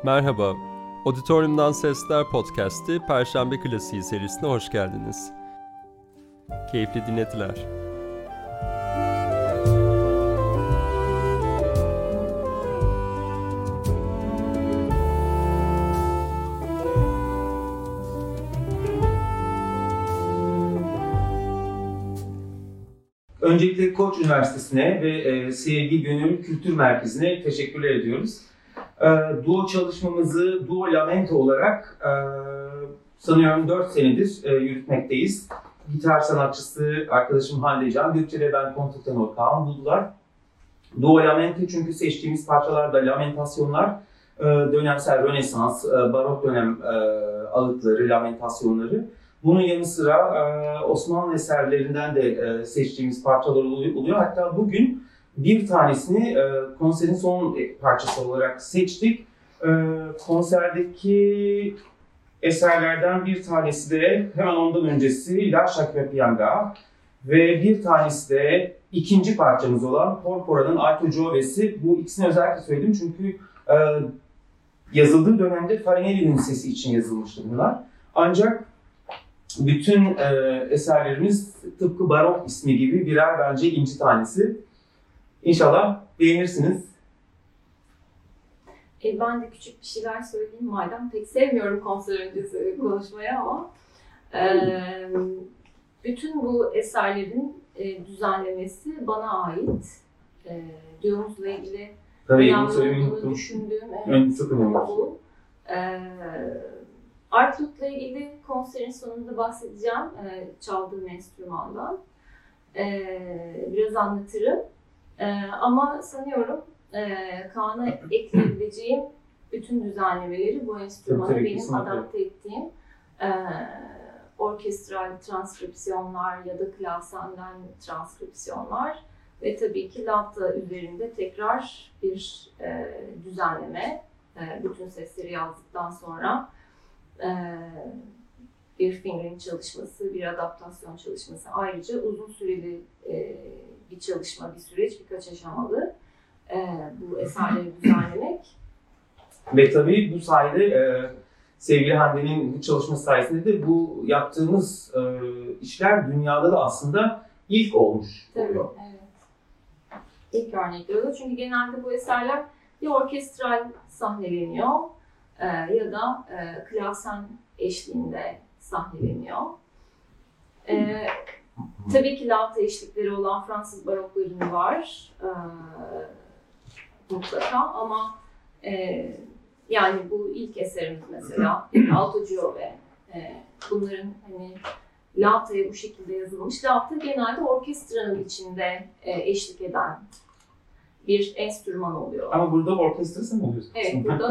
Merhaba, Auditorium'dan Sesler Podcast'i Perşembe Klasiği serisine hoş geldiniz. Keyifli dinlediler. Öncelikle Koç Üniversitesi'ne ve Sevgi Gönül Kültür Merkezi'ne teşekkürler ediyoruz. Duo çalışmamızı Duo Lamento olarak sanıyorum 4 senedir yürütmekteyiz. Gitar sanatçısı arkadaşım Hande Can, Gökçe ve ben kontuk tenor Kaan buldular. Duo Lamento çünkü seçtiğimiz parçalarda lamentasyonlar, dönemsel Rönesans, barok dönem ağıtları, lamentasyonları. Bunun yanı sıra Osmanlı eserlerinden de seçtiğimiz parçalar oluyor. Hatta bugün bir tanesini konserin son parçası olarak seçtik. Konserdeki eserlerden bir tanesi de hemen ondan öncesi La Chacra Pianga ve bir tanesi de ikinci parçamız olan Porpora'nın Alto Giovesi. Bu ikisini özellikle söyledim çünkü yazıldığı dönemde Farinelli'nin sesi için yazılmıştı bunlar. Ancak bütün eserlerimiz tıpkı barok ismi gibi birer bence inci tanesi. İnşallah beğenirsiniz. Ben de küçük bir şeyler söyleyeyim madem. Pek sevmiyorum konser öncesi konuşmayı ama bütün bu eserlerin düzenlemesi bana ait. Duomuzla ilgili önemli olduğunu düşündüğüm çok önemli. Bu. Artloot'la ilgili konserin sonunda bahsedeceğim çaldığım enstrümandan. Biraz anlatırım. Ama sanıyorum Kaan'a ekleyebileceğim bütün düzenlemeleri bu enstrümana benim adapte ettiğim orkestral transkripsiyonlar ya da Klassen'den transkripsiyonlar ve tabii ki Latta üzerinde tekrar bir düzenleme. Bütün sesleri yazdıktan sonra bir fingering çalışması, bir adaptasyon çalışması. Ayrıca uzun süreli bir çalışma, bir süreç, birkaç aşamalı bu eserleri düzenlemek. Ve tabii bu sayede sevgili Hande'nin bu çalışması sayesinde de bu yaptığımız işler dünyada da aslında ilk olmuş oluyor. Tabii, evet. İlk örnekleri oluyor. Çünkü genelde bu eserler ya orkestral sahneleniyor ya da klasen eşliğinde sahneleniyor. Tabii ki Latta eşlikleri olan Fransız baroklarının var mutlaka ama yani bu ilk eserimiz mesela Alto Giove, bunların hani Latta'ya bu şekilde yazılmış. Latta genelde orkestranın içinde eşlik eden bir enstrüman oluyor. Ama burada orkestrası mı oluyorsun? Evet, burada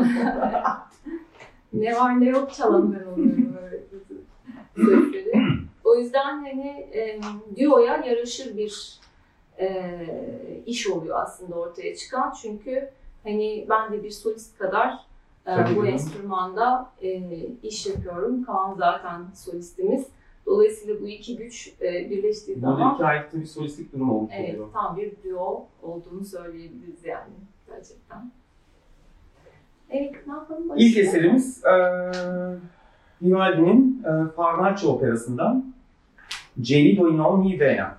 ne var ne yok çalanlar oluyor böyle sözleri. O yüzden hani duo'ya yaraşır bir iş oluyor aslında ortaya çıkan. Çünkü hani ben de bir solist kadar bu enstrümanda iş yapıyorum. Kaan zaten solistimiz. Dolayısıyla bu iki güç birleştiği zaman... Bu iki ayakta bir solistik durum olmuş oluyor. Evet, tam bir duo olduğunu söyleyebiliriz yani gerçekten. Evet, ne yapalım? İlk eserimiz Vivaldi'nin Farnace operasından Gelido in ogni vena.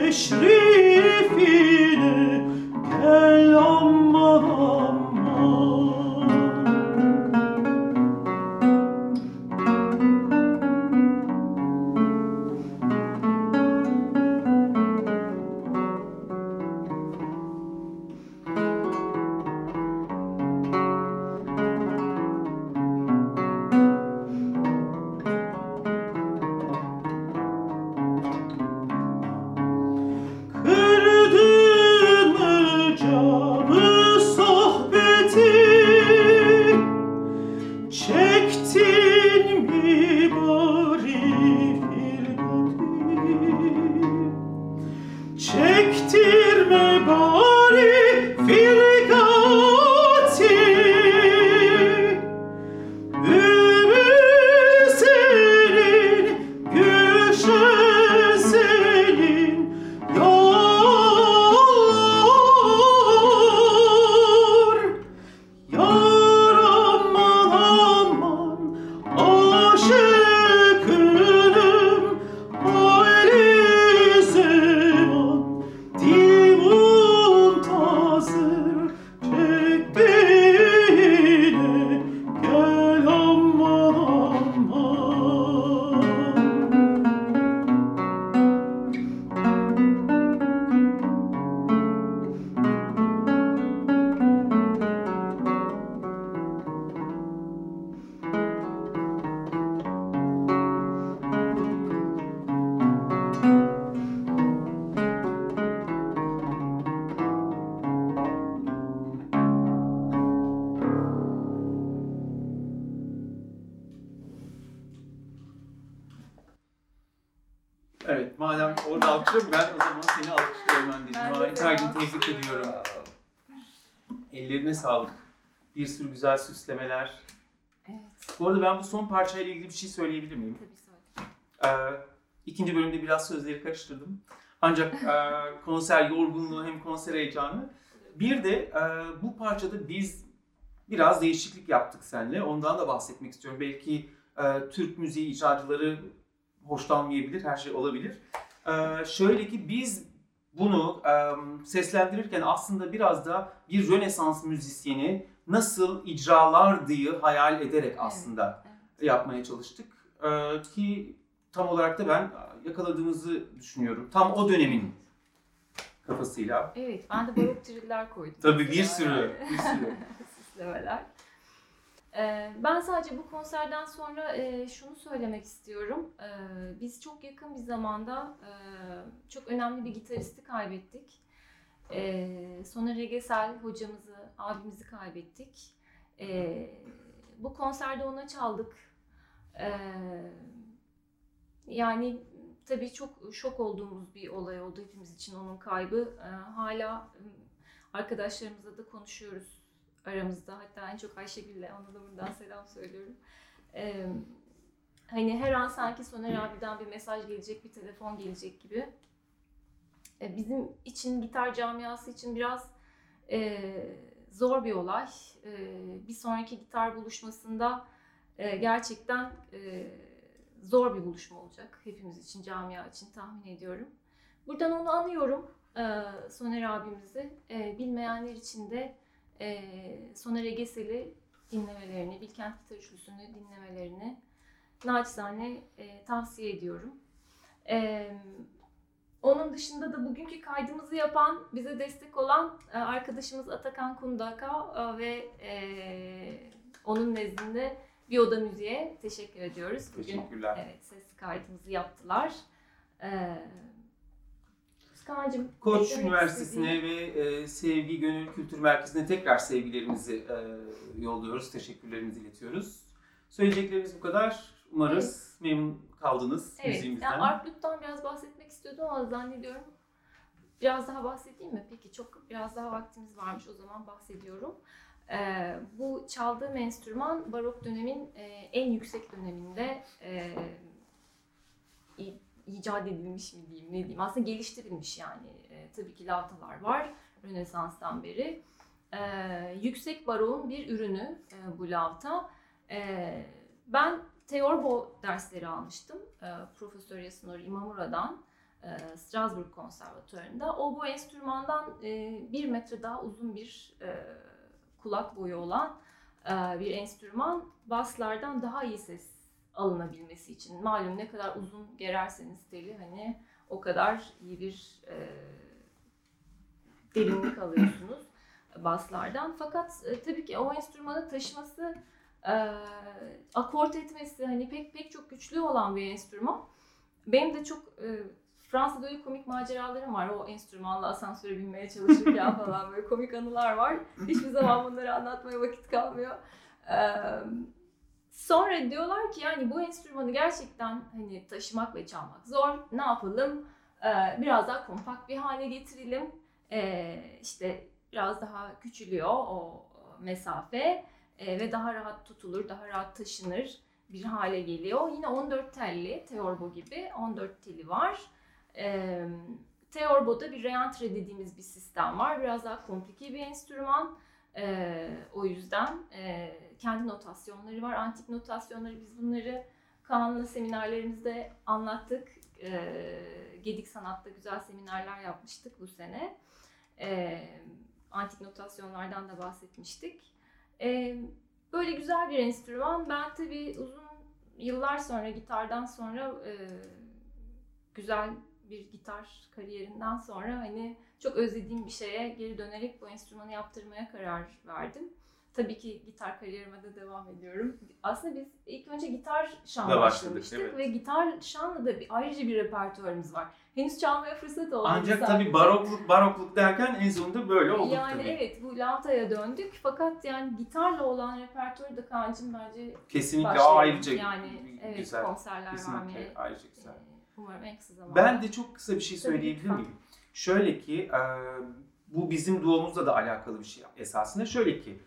teşrifine gel aman aman. Kırdın mı camı sohbeti, çektin mi bari filgati, çektirme bari filgati, bülbül senin, gülşen senin, yar, yar aman aman, aşıkınım, hayli zaman, dil muntazır, çektiğine gel aman aman. Evet, madem orada alkışlıyorum, ben o zaman seni alkışlıyorum anneciğim. Harikaydın, tebrik ediyorum. Ellerine sağlık. Bir sürü güzel süslemeler. Evet. Bu arada ben bu son parçayla ilgili bir şey söyleyebilir miyim? Tabii söyle. İkinci bölümde biraz sözleri karıştırdım. Ancak konser yorgunluğu hem konser heyecanı. Bir de bu parçada biz biraz değişiklik yaptık seninle. Ondan da bahsetmek istiyorum. Belki Türk müziği icracıları hoşlanmayabilir, her şey olabilir. Şöyle ki biz bunu seslendirirken aslında biraz da bir Rönesans müzisyeni nasıl icralar diye hayal ederek aslında yapmaya çalıştık. Ki tam olarak da ben yakaladığımızı düşünüyorum. Tam o dönemin kafasıyla. Evet, ben de barok triller koydum. Tabii bir mesela. sürü. Süslemeler. Ben sadece bu konserden sonra şunu söylemek istiyorum. Biz çok yakın bir zamanda çok önemli bir gitaristi kaybettik. Soner Egesel hocamızı, abimizi kaybettik. Bu konserde ona çaldık. Yani tabii çok şok olduğumuz bir olay oldu hepimiz için onun kaybı. Hala arkadaşlarımızla da konuşuyoruz aramızda. Hatta en çok Ayşegül'le, ona da buradan selam söylüyorum. Hani her an sanki Soner abiden bir mesaj gelecek, bir telefon gelecek gibi. Bizim için, gitar camiası için biraz zor bir olay. Bir sonraki gitar buluşmasında gerçekten zor bir buluşma olacak hepimiz için, camia için tahmin ediyorum. Buradan onu anıyorum, Soner abimizi. Bilmeyenler için de Soner Egesel'i dinlemelerini, Bilkent Gitar Üçlüsü'nü dinlemelerini naçizane tavsiye ediyorum. Onun dışında da bugünkü kaydımızı yapan, bize destek olan arkadaşımız Atakan Kundaka ve onun nezdinde Bir Oda Müziğe teşekkür ediyoruz. Bugün, Teşekkürler. evet, ses kaydımızı yaptılar. Kaan'cığım, Koç Üniversitesi'ne ve Sevgi Gönül Kültür Merkezi'ne tekrar sevgilerimizi yolluyoruz, teşekkürlerimizi iletiyoruz. Söyleyeceklerimiz bu kadar. Umarız memnun kaldınız müziğimizden. Yani Arplut'tan biraz bahsetmek istiyordum ama zannediyorum biraz daha bahsedeyim mi? Peki, biraz daha vaktimiz varmış, o zaman bahsediyorum. Bu çaldığım enstrüman barok dönemin en yüksek döneminde icat edilmiş mi diyeyim, ne diyeyim, aslında geliştirilmiş yani. Tabii ki lavtalar var Rönesans'tan beri. Yüksek baroğun bir ürünü bu lavta. Ben Theorbo dersleri almıştım Profesör Yasunori Imamura'dan. Strasbourg Konservatuvarı'nda. O bu enstrümandan 1 metre daha uzun bir kulak boyu olan bir enstrüman, baslardan daha iyi ses alınabilmesi için. Malum ne kadar uzun gererseniz teli hani o kadar iyi bir derinlik alıyorsunuz baslardan. Fakat tabii ki o enstrümanı taşıması, akort etmesi hani pek çok güçlü olan bir enstrüman. Benim de çok Fransa'da öyle komik maceralarım var. O enstrümanla asansöre binmeye çalışırken falan böyle komik anılar var. Hiçbir zaman bunları anlatmaya vakit kalmıyor. Sonra diyorlar ki yani bu enstrümanı gerçekten hani taşımak ve çalmak zor. Ne yapalım? Biraz daha kompakt bir hale getirelim. İşte biraz daha küçülüyor o mesafe ve daha rahat tutulur, daha rahat taşınır bir hale geliyor. Yine 14 telli, Theorbo gibi 14 teli var. Theorbo'da bir reentre dediğimiz bir sistem var. Biraz daha komplike bir enstrüman. O yüzden kendi notasyonları var, antik notasyonları. Biz bunları Kaan'la seminerlerimizde anlattık. Gedik Sanat'ta güzel seminerler yapmıştık bu sene. Antik notasyonlardan da bahsetmiştik. Böyle güzel bir enstrüman. Ben tabii uzun yıllar sonra, gitardan sonra, güzel bir gitar kariyerinden sonra hani çok özlediğim bir şeye geri dönerek bu enstrümanı yaptırmaya karar verdim. Tabii ki gitar kariyerime de devam ediyorum. Aslında biz ilk önce gitar şanla başlamıştık, evet. Ve gitar şanla da ayrıca bir repertuarımız var. Henüz çalmaya fırsat olmadı. Ancak tabii barokluk derken en sonunda böyle olduk yani tabii. Evet, bu lauta'ya döndük. Fakat yani gitarla olan repertuarı da Kaan'cığım bence kesinlikle ayrıca yani, evet, güzel. Konserler kesinlikle vermeye ayrıca güzel. Umarım en kısa zamanda. Ben de çok kısa bir şey söyleyebilir miyim? Şöyle ki bu bizim duomuzla da alakalı bir şey esasında. Şöyle ki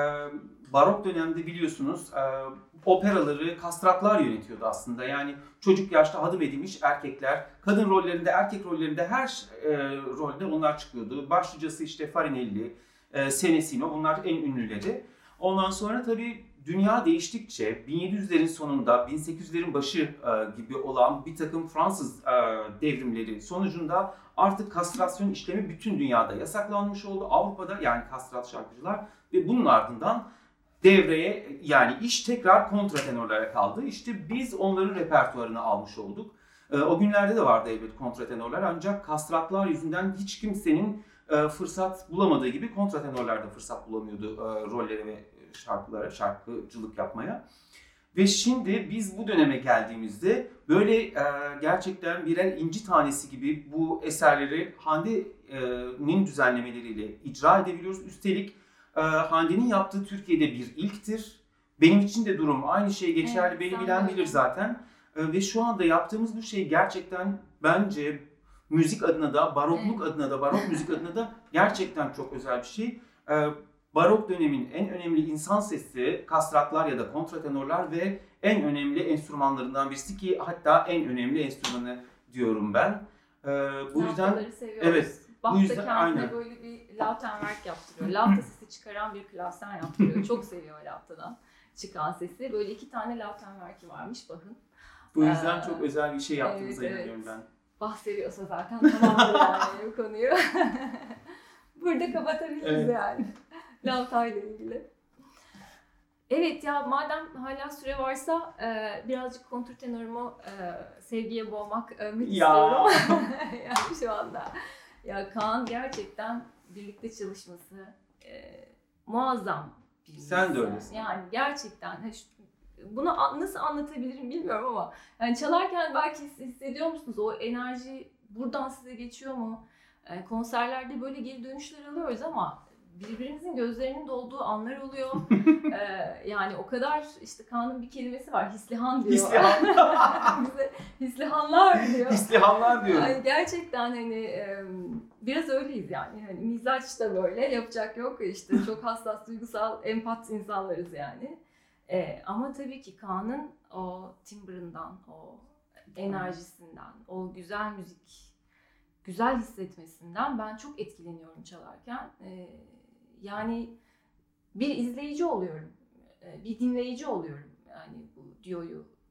barok dönemde biliyorsunuz operaları kastratlar yönetiyordu aslında. Yani çocuk yaşta hadım edilmiş erkekler, kadın rollerinde, erkek rollerinde her rolde onlar çıkıyordu. Başlıcası işte Farinelli, Senesino, bunlar en ünlüleri. Ondan sonra tabii dünya değiştikçe 1700'lerin sonunda 1800'lerin başı gibi olan bir takım Fransız devrimleri sonucunda artık kastrasyon işlemi bütün dünyada yasaklanmış oldu. Avrupa'da yani kastrat şarkıcılar ve bunun ardından devreye yani iş tekrar kontratenorlara kaldı. İşte biz onların repertuarını almış olduk. O günlerde de vardı elbet kontratenorlar ancak kastratlar yüzünden hiç kimsenin fırsat bulamadığı gibi kontratenorlar da fırsat bulamıyordu rollere ve şarkıcılık yapmaya. Ve şimdi biz bu döneme geldiğimizde böyle gerçekten birer inci tanesi gibi bu eserleri Hande'nin düzenlemeleriyle icra edebiliyoruz. Üstelik Hande'nin yaptığı Türkiye'de bir ilktir. Benim için de durum aynı şey geçerli. Evet, beni bilen bilir zaten. Ve şu anda yaptığımız bu şey gerçekten bence müzik adına da, barokluk adına da, barok müzik adına da gerçekten çok özel bir şey. Barok dönemin en önemli insan sesi kastratlar ya da kontratenorlar ve en önemli enstrümanlarından birisi ki hatta en önemli enstrümanı diyorum ben. Bu yüzden evet. Bach da kendine aynen. Böyle bir Lautenwerk yaptırıyor. Lauta sesi çıkaran bir klasen yaptırıyor. Çok seviyor Lauta'dan çıkan sesi. Böyle 2 tane Lautenwerk'i varmış Bach'ın. Bu yüzden çok özel bir şey yaptığınıza inanıyorum ben. Bach seviyorsa zaten tamamdır yani bu konuyu. Burada kapatabiliriz yani. Lauta ile ilgili. Evet ya, madem hala süre varsa birazcık kontrtenorumu sevgiye boğmak, övmek istiyorum. Yani şu anda. Ya Kaan gerçekten birlikte çalışması muazzam bir Sen de öylesin. Yani gerçekten bunu nasıl anlatabilirim bilmiyorum ama yani çalarken belki hissediyor musunuz? O enerji buradan size geçiyor mu? Konserlerde böyle geri dönüşler alıyoruz ama birbirimizin gözlerinin dolduğu anlar oluyor. Yani o kadar işte Kaan'ın bir kelimesi var, hislihan diyor. Hislihan. Bize hislihanlar diyor. Hislihanlar diyor. Yani gerçekten hani biraz öyleyiz yani. Hani mizaç da böyle, yapacak yok işte, çok hassas, duygusal, empat insanlarız yani. Ama tabii ki Kaan'ın o timbre'ından, o enerjisinden, o güzel müzik, güzel hissetmesinden ben çok etkileniyorum çalarken. Yani bir izleyici oluyorum, bir dinleyici oluyorum yani bu duoyu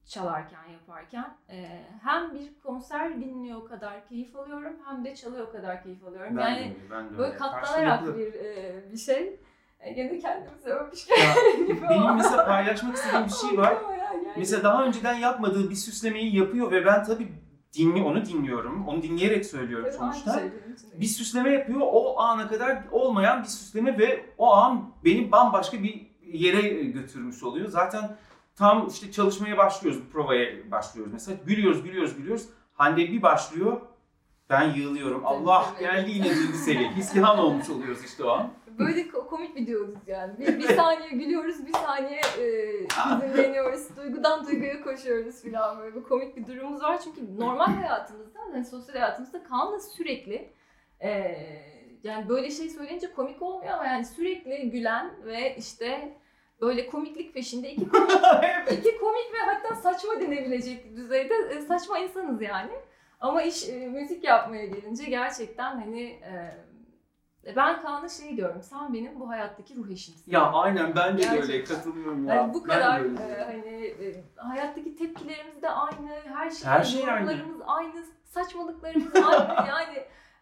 çalarken, yaparken. Hem bir konser dinliyor o kadar keyif alıyorum, hem de çalıyor o kadar keyif alıyorum. Ben Yani de böyle öyle. katlanarak Karşılıklı. bir şey. Gene kendimizi övmüş Ya, gibi benim oldu. mesela paylaşmak istediğim bir şey var. Ama ya, gerçekten. Mesela daha önceden yapmadığı bir süslemeyi yapıyor ve ben tabii onu dinliyorum. Onu dinleyerek söylüyorum Tabii aynı sonuçta. şey benim için de. Bir süsleme yapıyor. O ana kadar olmayan bir süsleme ve o an beni bambaşka bir yere götürmüş oluyor. Zaten tam işte çalışmaya başlıyoruz, provaya başlıyoruz mesela. Gülüyoruz. Hande bir başlıyor. Ben yığılıyorum. Tabii, Allah tabii. geldi yine duyguseli. Hislihan olmuş oluyoruz işte o an. Böyle komik videoyuz yani. Bir saniye gülüyoruz, bir saniye hüzünleniyoruz. Duygudan duyguya koşuyoruz falan böyle. Bir komik bir durumumuz var. Çünkü normal hayatımızda, hani sosyal hayatımızda Kaan'la sürekli yani böyle şey söyleyince komik olmuyor ama yani sürekli gülen ve işte böyle komiklik peşinde iki komik ve hatta saçma denebilecek düzeyde saçma insanız yani. Ama iş müzik yapmaya gelince gerçekten hani ben Kaan'a şey diyorum, sen benim bu hayattaki ruh eşimsin. Ya aynen bence de öyle, Gerçekten. katılıyorum ya. Yani bu Ben de kadar öyle diyorum. hani hayattaki tepkilerimiz de aynı, Her şey yorumlarımız aynı, saçmalıklarımız aynı yani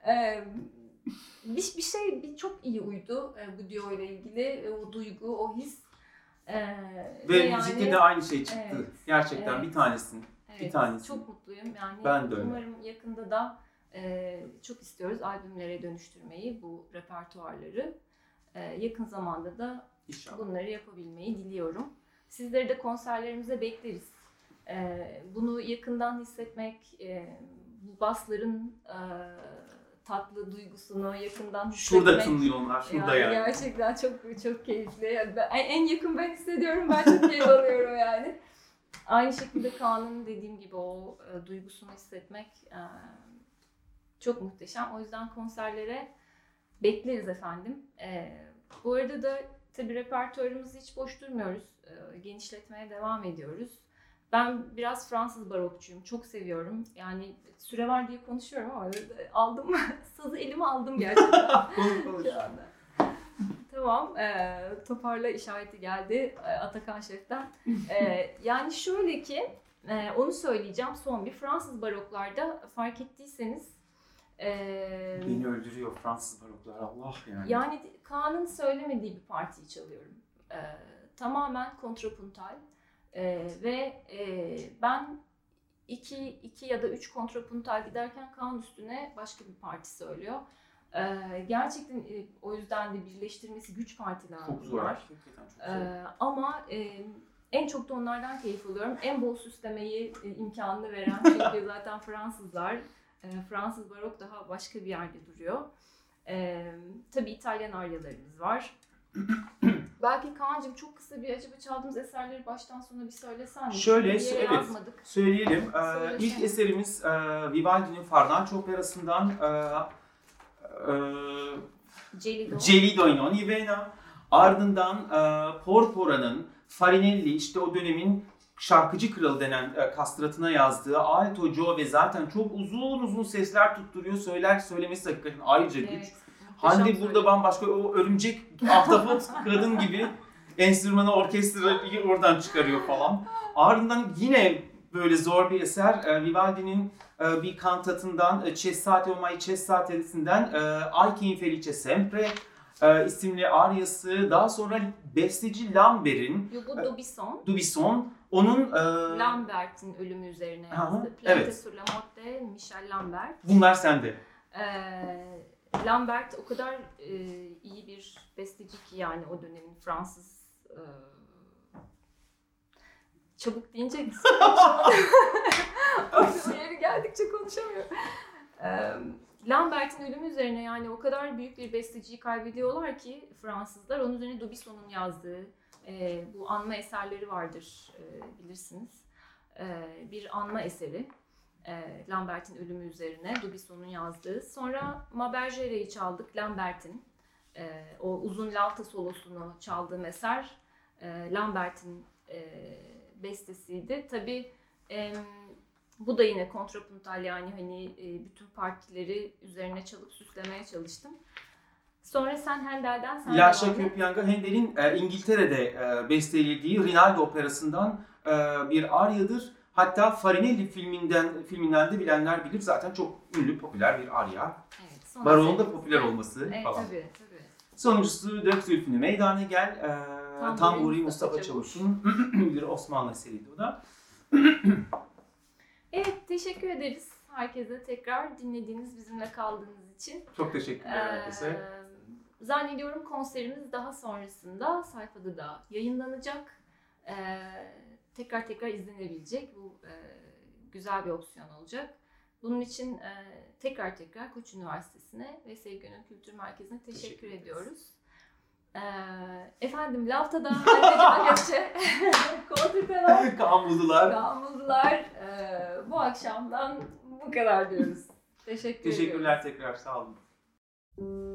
bir şey çok iyi uydu bu duo ile ilgili, o duygu, o his. Ve yani, müzikte de aynı şey çıktı. Evet, Gerçekten evet. bir tanesin. evet, bir tanesi. Çok mutluyum yani. Ben de öyle. Umarım yakında da çok istiyoruz albümlere dönüştürmeyi, bu repertuarları. Yakın zamanda da İnşallah. bunları yapabilmeyi diliyorum. Sizleri de konserlerimize bekleriz. Bunu yakından hissetmek, bu basların tatlı duygusunu yakından hissetmek. Şurada tınlıyor onlar, şurada yani. Gerçekten çok keyifli. Yani en yakın ben hissediyorum, ben çok keyif alıyorum yani. Aynı şekilde Kaan'ın dediğim gibi o duygusunu hissetmek çok muhteşem. O yüzden konserlere bekleriz efendim. Bu arada da tabii repertuarımızı hiç boş durmuyoruz. Genişletmeye devam ediyoruz. Ben biraz Fransız barokçuyum. Çok seviyorum. Yani süre var diye konuşuyorum ama aldım. Sazı elime aldım gerçekten. Konuş. Şu anda. Tamam. Toparla işareti geldi Atakan Şef'ten. Yani şöyle ki onu söyleyeceğim son bir. Fransız baroklarda fark ettiyseniz Beni öldürüyor Fransız baroklar, Allah yani. Yani Kaan'ın söylemediği bir partiyi çalıyorum. Tamamen kontrapuntal. Ve ben iki ya da 3 kontrapuntal giderken Kaan üstüne başka bir parti söylüyor. Gerçekten o yüzden de birleştirmesi güç partiler Çok zor. bunlar. Hakikaten çok zor. Ama en çok da onlardan keyif alıyorum. En bol süslemeyi imkanını veren, çünkü zaten Fransızlar, Fransız barok daha başka bir yerde duruyor. Tabii İtalyan aryalarımız var. Belki Kaan'cığım çok kısa bir acaba çaldığımız eserleri baştan sona bir söylesen mi? Şöyle, Bir yere evet. yazmadık. Söyleyelim. Söyle. İlk eserimiz Vivaldi'nin Fardanço Operası'ndan Gelido in ogni vena. Ardından Porpora'nın Farinelli, işte o dönemin şarkıcı kralı denen kastratına yazdığı Alto Giove, zaten çok uzun sesler tutturuyor. Söylemesi hakikaten ayrıca güç. Evet. Hande burada bambaşka, o örümcek ahtapot kadın gibi enstrümanı, orkestrayı oradan çıkarıyor falan. Ardından yine böyle zor bir eser, Vivaldi'nin bir kantatından Cessate o mai Cessate'sinden Ai che infelice sempre isimli aryası. Daha sonra besteci Lambert'in Bu Dubisson, onun Lambert'in ölümü üzerine Aha, yazdı. evet. Plante sur la morte, Michel Lambert. bunlar sende. Lambert o kadar iyi bir besteci ki yani o dönemin Fransız çabuk deyince o yeri geldikçe konuşamıyorum. Lambert'in ölümü üzerine yani o kadar büyük bir besteciyi kaybediyorlar ki Fransızlar. Onun üzerine Dubisson'un yazdığı bu anma eserleri vardır, bilirsiniz. Bir anma eseri. Lambert'in ölümü üzerine Dubisson'un yazdığı. Sonra Mabergere'yi çaldık, Lambert'in. O uzun lavta solosunu çaldığım eser Lambert'in bestesiydi. Tabii bu da yine kontrapuntal, yani hani bütün partileri üzerine çalıp süslemeye çalıştım. Sonra sen Handel'den Lascia Köpyanga, Handel'in İngiltere'de bestelediği Rinaldo Operası'ndan bir aryadır. Hatta Farinelli filminden de bilenler bilir. Zaten çok ünlü, popüler bir arya. Evet, Baron'un da popüler olması evet, falan. Tabii. Sonuncusu Dök Zülfünü Meydana Gel. Tamburi Mustafa Çavuş. Çavuş'un bir Osmanlı eseriydi o da. Evet, teşekkür ederiz herkese tekrar dinlediğiniz, bizimle kaldığınız için. Çok teşekkürler herkese. Zannediyorum konserimiz daha sonrasında sayfada da yayınlanacak. Tekrar izlenebilecek. Bu güzel bir opsiyon olacak. Bunun için tekrar Koç Üniversitesi'ne ve Sevgi Gönül Kültür Merkezi'ne teşekkür ediyoruz. Efendim Laftada Haldecime Gökçe Kontrtenor Kaan Buldular. Bu akşamdan bu kadar diyoruz. Teşekkür ediyoruz. Teşekkürler tekrar, sağ olun.